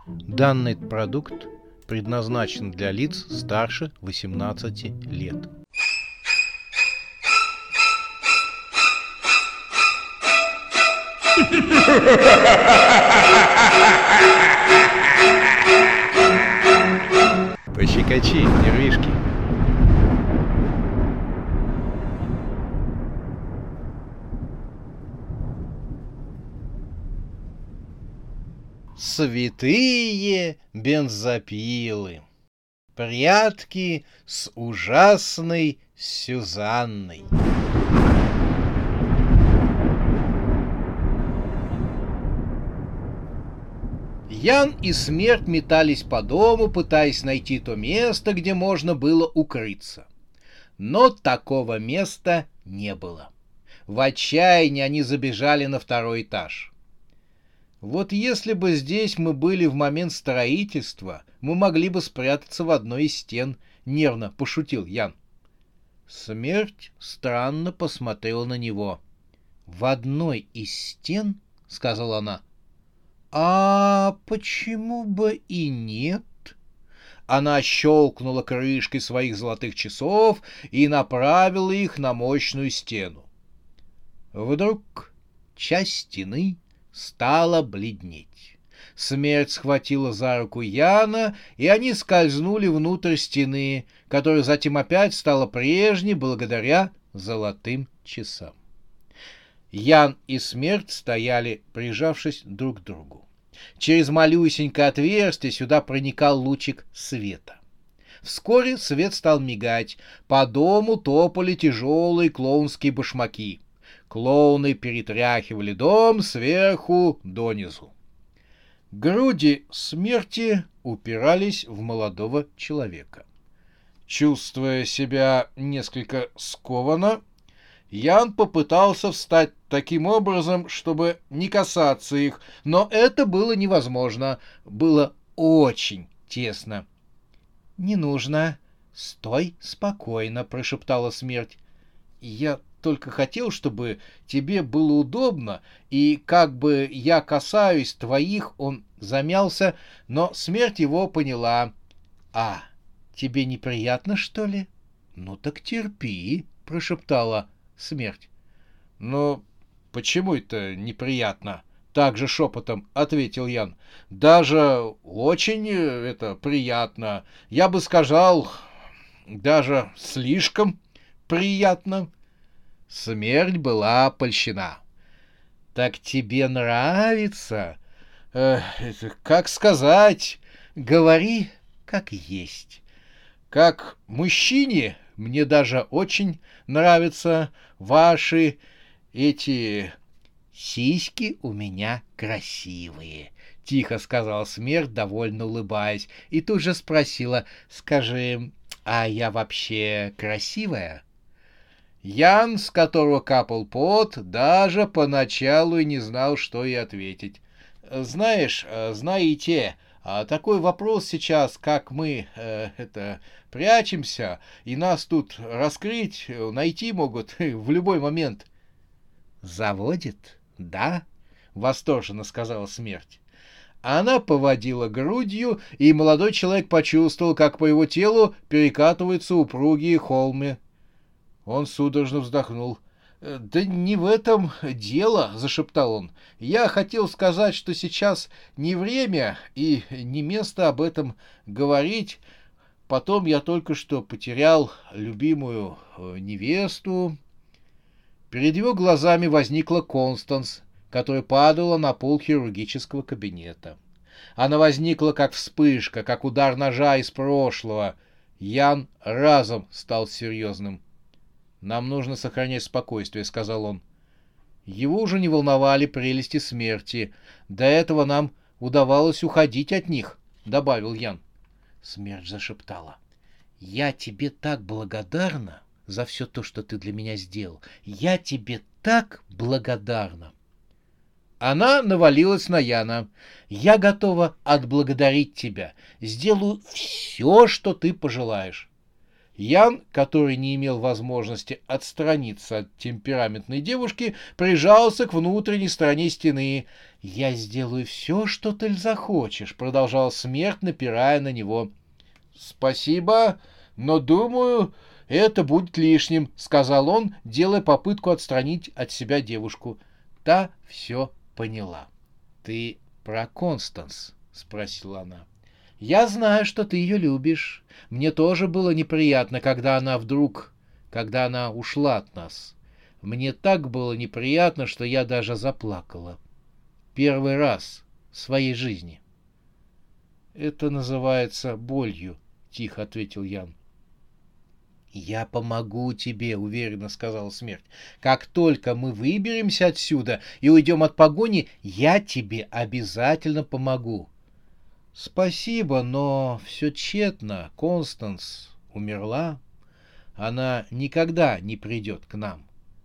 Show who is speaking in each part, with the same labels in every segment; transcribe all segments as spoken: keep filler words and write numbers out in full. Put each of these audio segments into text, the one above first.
Speaker 1: Данный продукт предназначен для лиц старше восемнадцати лет. Пощекочи, нервишки. Святые бензопилы. Прятки с ужасной Сюзанной. Ян и Смерть метались по дому, пытаясь найти то место, где можно было укрыться. Но такого места не было. В отчаянии они забежали на второй этаж. Вот если бы здесь мы были в момент строительства, мы могли бы спрятаться в одной из стен, — нервно пошутил Ян. Смерть странно посмотрела на него. — В одной из стен? — сказала она. — А почему бы и нет? Она щелкнула крышкой своих золотых часов и направила их на мощную стену. Вдруг часть стены стала бледнеть. Смерть схватила за руку Яна, и они скользнули внутрь стены, которая затем опять стала прежней благодаря золотым часам. Ян и Смерть стояли, прижавшись друг к другу. Через малюсенькое отверстие сюда проникал лучик света. Вскоре свет стал мигать, по дому топали тяжелые клоунские башмаки. Клоуны перетряхивали дом сверху донизу. Груди Смерти упирались в молодого человека. Чувствуя себя несколько скованно, Ян попытался встать таким образом, чтобы не касаться их, но это было невозможно. Было очень тесно. — Не нужно. Стой спокойно, — прошептала Смерть. — Я только хотел, чтобы тебе было удобно, и как бы я касаюсь твоих, он замялся, но Смерть его поняла. — А, тебе неприятно, что ли? — Ну так терпи, — прошептала Смерть. — Но почему это неприятно? — также шепотом ответил Ян. — Даже очень это приятно. Я бы сказал, даже слишком приятно. Смерть была польщена. — Так тебе нравится? Э, как сказать? Говори, как есть. Как мужчине мне даже очень нравятся ваши эти сиськи у меня красивые, — тихо сказала Смерть, довольно улыбаясь, и тут же спросила: — Скажи, а я вообще красивая? Ян, с которого капал пот, даже поначалу и не знал, что и ответить. — Знаешь, знаете, такой вопрос сейчас, как мы э, это прячемся, и нас тут раскрыть, найти могут в любой момент. — Заводит, да? — восторженно сказала Смерть. Она поводила грудью, и молодой человек почувствовал, как по его телу перекатываются упругие холмы. Он судорожно вздохнул. — Да не в этом дело, — зашептал он. — Я хотел сказать, что сейчас не время и не место об этом говорить. Потом я только что потерял любимую невесту. Перед его глазами возникла Констанс, которая падала на пол хирургического кабинета. Она возникла как вспышка, как удар ножа из прошлого. Ян разом стал серьезным. — Нам нужно сохранять спокойствие, — сказал он. Его уже не волновали прелести смерти. До этого нам удавалось уходить от них, — добавил Ян. Смерть зашептала: — Я тебе так благодарна за все то, что ты для меня сделал. Я тебе так благодарна. Она навалилась на Яна. — Я готова отблагодарить тебя. Сделаю все, что ты пожелаешь. Ян, который не имел возможности отстраниться от темпераментной девушки, прижался к внутренней стороне стены. «Я сделаю все, что ты захочешь», — продолжал Смерть, напирая на него. «Спасибо, но, думаю, это будет лишним», — сказал он, делая попытку отстранить от себя девушку. Та все поняла. «Ты про Констанс?» — спросила она. «Я знаю, что ты ее любишь. Мне тоже было неприятно, когда она вдруг... когда она ушла от нас. Мне так было неприятно, что я даже заплакала. Первый раз в своей жизни». «Это называется болью», — тихо ответил Ян. «Я помогу тебе», — уверенно сказала Смерть. «Как только мы выберемся отсюда и уйдем от погони, я тебе обязательно помогу». «Спасибо, но все тщетно. Констанс умерла. Она никогда не придет к нам».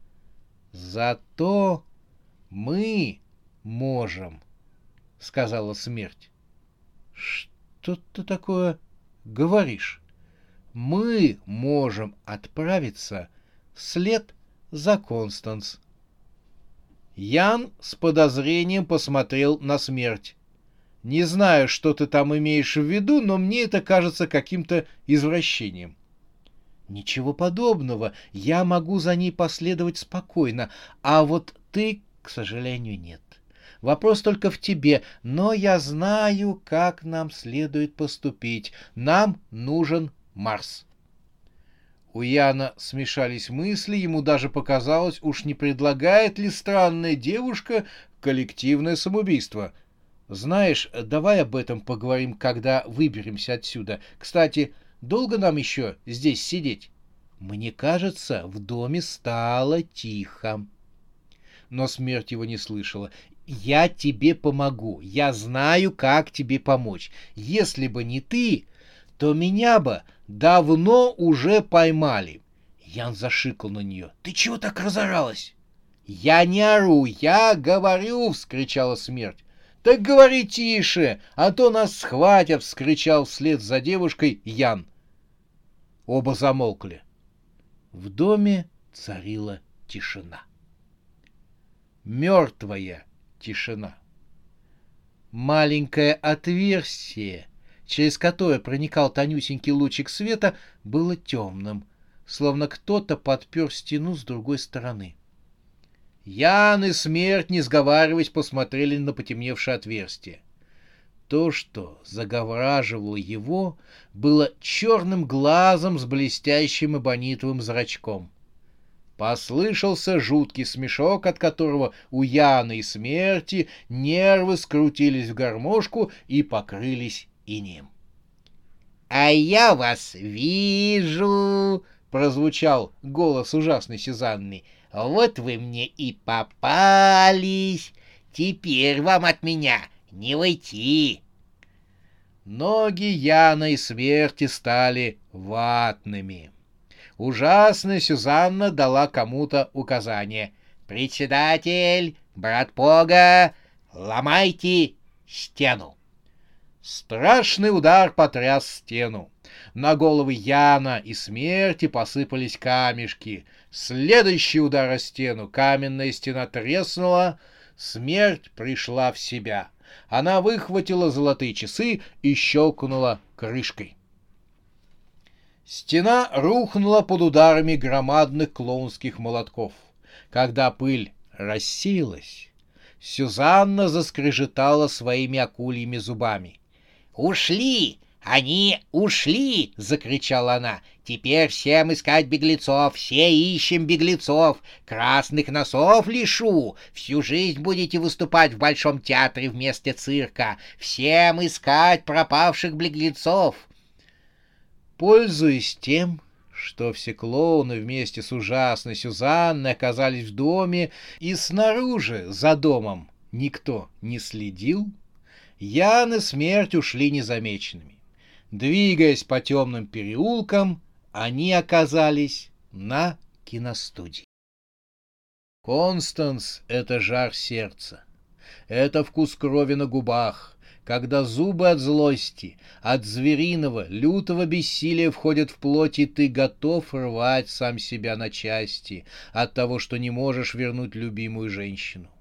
Speaker 1: «Зато мы можем», — сказала Смерть. «Что ты такое говоришь? Мы можем отправиться вслед за Констанс». Ян с подозрением посмотрел на Смерть. «Не знаю, что ты там имеешь в виду, но мне это кажется каким-то извращением». «Ничего подобного. Я могу за ней последовать спокойно, а вот ты, к сожалению, нет. Вопрос только в тебе, но я знаю, как нам следует поступить. Нам нужен Марс». У Яна смешались мысли, ему даже показалось, уж не предлагает ли странная девушка коллективное самоубийство. «Знаешь, давай об этом поговорим, когда выберемся отсюда. Кстати, долго нам еще здесь сидеть? Мне кажется, в доме стало тихо». Но Смерть его не слышала. «Я тебе помогу. Я знаю, как тебе помочь. Если бы не ты, то меня бы давно уже поймали». Ян зашикал на нее. «Ты чего так разоралась?» «Я не ору, я говорю!» — вскричала Смерть. «Так говори тише, а то нас схватят!» — вскричал вслед за девушкой Ян. Оба замолкли. В доме царила тишина. Мертвая тишина. Маленькое отверстие, через которое проникал тонюсенький лучик света, было темным, словно кто-то подпер стену с другой стороны. Ян и Смерть, не сговариваясь, посмотрели на потемневшее отверстие. То, что завораживало его, было черным глазом с блестящим эбонитовым зрачком. Послышался жуткий смешок, от которого у Яна и Смерти нервы скрутились в гармошку и покрылись инеем. «А я вас вижу!» — прозвучал голос ужасной Сюзанны. «Вот вы мне и попались! Теперь вам от меня не уйти!» Ноги Яна и Смерти стали ватными. Ужасная Сюзанна дала кому-то указание. «Председатель, брат Пога, ломайте стену!» Страшный удар потряс стену. На головы Яна и Смерти посыпались камешки. Следующий удар о стену. Каменная стена треснула. Смерть пришла в себя. Она выхватила золотые часы и щелкнула крышкой. Стена рухнула под ударами громадных клоунских молотков. Когда пыль рассеялась, Сюзанна заскрежетала своими акульими зубами. «Ушли! Они ушли!» — закричала она. «Теперь всем искать беглецов, все ищем беглецов. Красных носов лишу. Всю жизнь будете выступать в Большом театре вместо цирка. Всем искать пропавших беглецов». Пользуясь тем, что все клоуны вместе с ужасной Сюзанной оказались в доме и снаружи, за домом, никто не следил, Ян и Смерть ушли незамеченными. Двигаясь по темным переулкам, они оказались на киностудии. Констанс — это жар сердца, это вкус крови на губах, когда зубы от злости, от звериного, лютого бессилия входят в плоть, и ты готов рвать сам себя на части от того, что не можешь вернуть любимую женщину.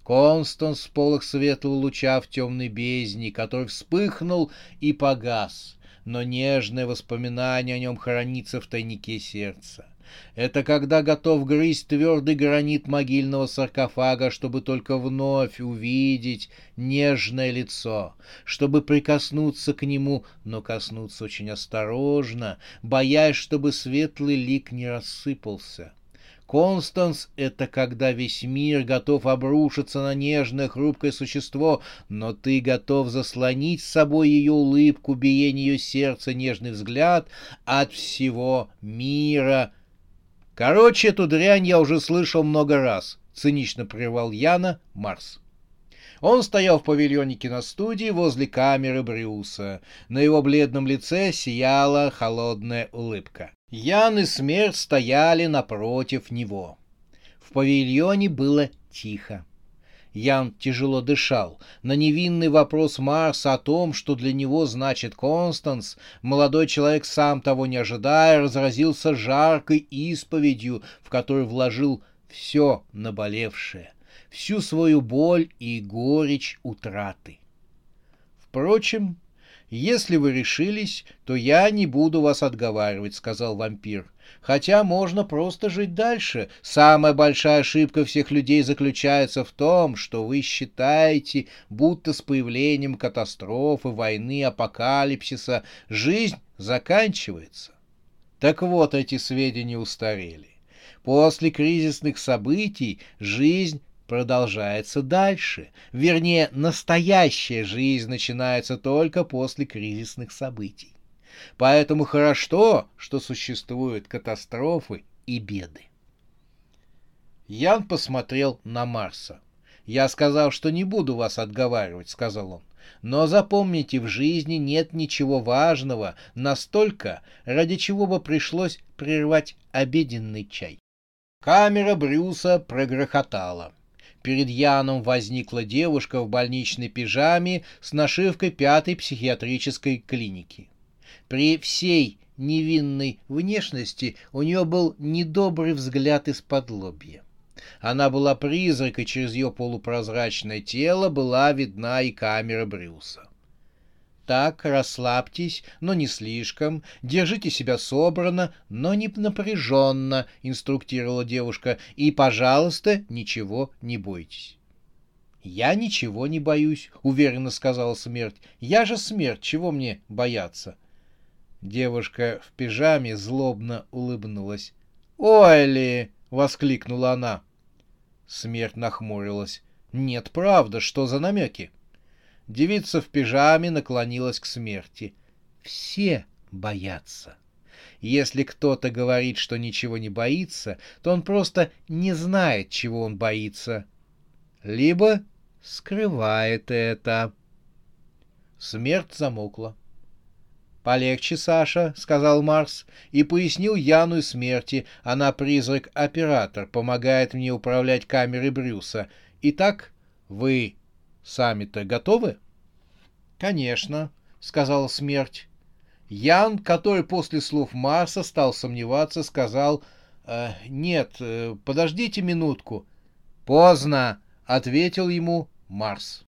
Speaker 1: Констанс — сполох светлого луча в темной бездне, который вспыхнул и погас, но нежное воспоминание о нем хранится в тайнике сердца. Это когда готов грызть твердый гранит могильного саркофага, чтобы только вновь увидеть нежное лицо, чтобы прикоснуться к нему, но коснуться очень осторожно, боясь, чтобы светлый лик не рассыпался. Констанс — это когда весь мир готов обрушиться на нежное хрупкое существо, но ты готов заслонить с собой ее улыбку, биение ее сердца, нежный взгляд от всего мира. Короче, эту дрянь я уже слышал много раз, — цинично прервал Яна Марс. Он стоял в павильоне киностудии возле камеры Брюса. На его бледном лице сияла холодная улыбка. Ян и Смерть стояли напротив него. В павильоне было тихо. Ян тяжело дышал. На невинный вопрос Марса о том, что для него значит Констанс, молодой человек, сам того не ожидая, разразился жаркой исповедью, в которую вложил все наболевшее, всю свою боль и горечь утраты. Впрочем, если вы решились, то я не буду вас отговаривать, — сказал вампир. Хотя можно просто жить дальше. Самая большая ошибка всех людей заключается в том, что вы считаете, будто с появлением катастрофы, войны, апокалипсиса жизнь заканчивается. Так вот, эти сведения устарели. После кризисных событий жизнь продолжается дальше. Вернее, настоящая жизнь начинается только после кризисных событий. Поэтому хорошо, что существуют катастрофы и беды. Ян посмотрел на Марса. «Я сказал, что не буду вас отговаривать», — сказал он. «Но запомните, в жизни нет ничего важного настолько, ради чего бы пришлось прервать обеденный чай». Камера Брюса прогрохотала. Перед Яном возникла девушка в больничной пижаме с нашивкой пятой психиатрической клиники. При всей невинной внешности у нее был недобрый взгляд из-под лобья. Она была призрак, и через ее полупрозрачное тело была видна и камера Брюса. «Так, расслабьтесь, но не слишком. Держите себя собранно, но не напряженно», — инструктировала девушка. «И, пожалуйста, ничего не бойтесь». «Я ничего не боюсь», — уверенно сказала Смерть. «Я же Смерть, чего мне бояться?» Девушка в пижаме злобно улыбнулась. «Ойли!» — воскликнула она. Смерть нахмурилась. «Нет, правда, что за намеки?» Девица в пижаме наклонилась к Смерти. «Все боятся. Если кто-то говорит, что ничего не боится, то он просто не знает, чего он боится. Либо скрывает это». Смерть замолкла. «Полегче, Саша», — сказал Марс, и пояснил Яну и Смерти. «Она призрак-оператор, помогает мне управлять камерой Брюса. Итак, вы сами-то готовы?» «Конечно», — сказала Смерть. Ян, который после слов Марса стал сомневаться, сказал: э, «Нет, э, подождите минутку». «Поздно», — ответил ему Марс.